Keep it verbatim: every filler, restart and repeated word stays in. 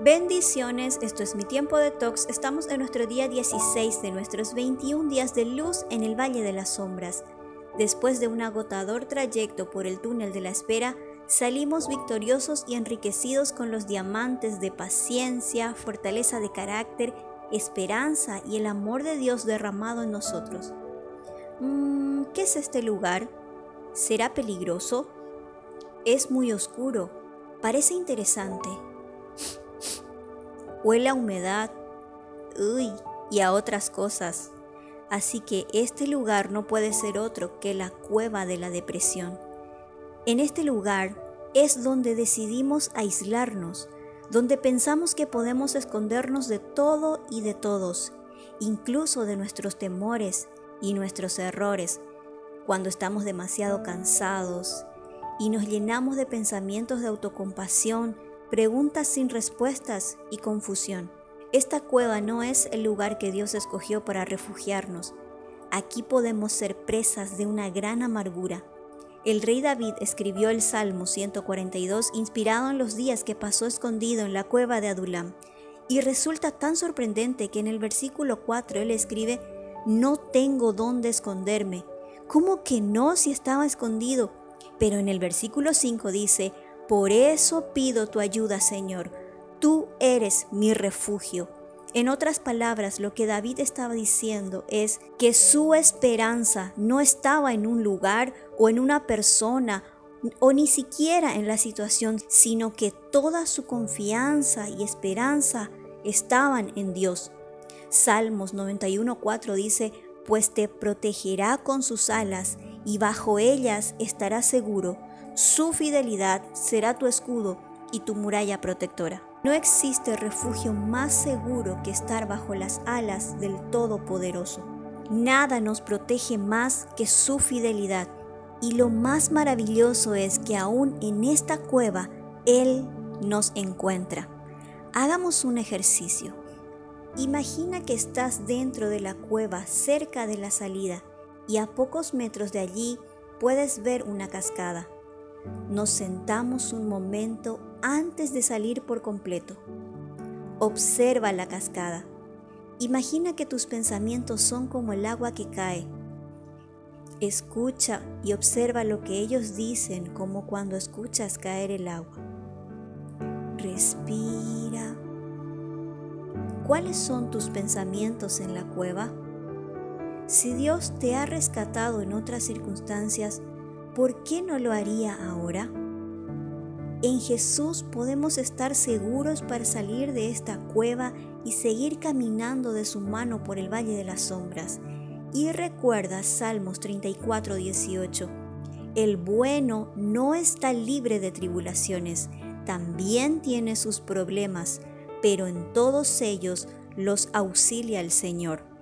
Bendiciones, esto es Mi Tiempo Detox. Estamos en nuestro día dieciséis de nuestros veintiún días de luz en el Valle de las Sombras. Después de un agotador trayecto por el túnel de la espera, salimos victoriosos y enriquecidos con los diamantes de paciencia, fortaleza de carácter, esperanza y el amor de Dios derramado en nosotros. Mm, ¿Qué es este lugar? ¿Será peligroso? Es muy oscuro. Parece interesante. Huele a humedad, uy, y a otras cosas. Así que este lugar no puede ser otro que la cueva de la depresión. En este lugar es donde decidimos aislarnos, donde pensamos que podemos escondernos de todo y de todos, incluso de nuestros temores y nuestros errores, cuando estamos demasiado cansados y nos llenamos de pensamientos de autocompasión, preguntas sin respuestas y confusión. Esta cueva no es el lugar que Dios escogió para refugiarnos. Aquí podemos ser presas de una gran amargura. El rey David escribió el Salmo ciento cuarenta y dos inspirado en los días que pasó escondido en la cueva de Adulam. Y resulta tan sorprendente que en el versículo cuatro él escribe: no tengo dónde esconderme. ¿Cómo que no si estaba escondido? Pero en el versículo cinco dice: por eso pido tu ayuda, Señor. Tú eres mi refugio. En otras palabras, lo que David estaba diciendo es que su esperanza no estaba en un lugar o en una persona o ni siquiera en la situación, sino que toda su confianza y esperanza estaban en Dios. Salmos noventa y uno cuatro dice: pues te protegerá con sus alas y bajo ellas estarás seguro. Su fidelidad será tu escudo y tu muralla protectora. No existe refugio más seguro que estar bajo las alas del Todopoderoso. Nada nos protege más que su fidelidad. Y lo más maravilloso es que aún en esta cueva, Él nos encuentra. Hagamos un ejercicio. Imagina que estás dentro de la cueva, cerca de la salida, y a pocos metros de allí puedes ver una cascada. Nos sentamos un momento antes de salir por completo. Observa la cascada. Imagina que tus pensamientos son como el agua que cae. Escucha y observa lo que ellos dicen, como cuando escuchas caer el agua. Respira. ¿Cuáles son tus pensamientos en la cueva? Si Dios te ha rescatado en otras circunstancias, ¿por qué no lo haría ahora? En Jesús podemos estar seguros para salir de esta cueva y seguir caminando de su mano por el Valle de las Sombras. Y recuerda Salmos treinta y cuatro dieciocho. El bueno no está libre de tribulaciones, también tiene sus problemas, pero en todos ellos los auxilia el Señor.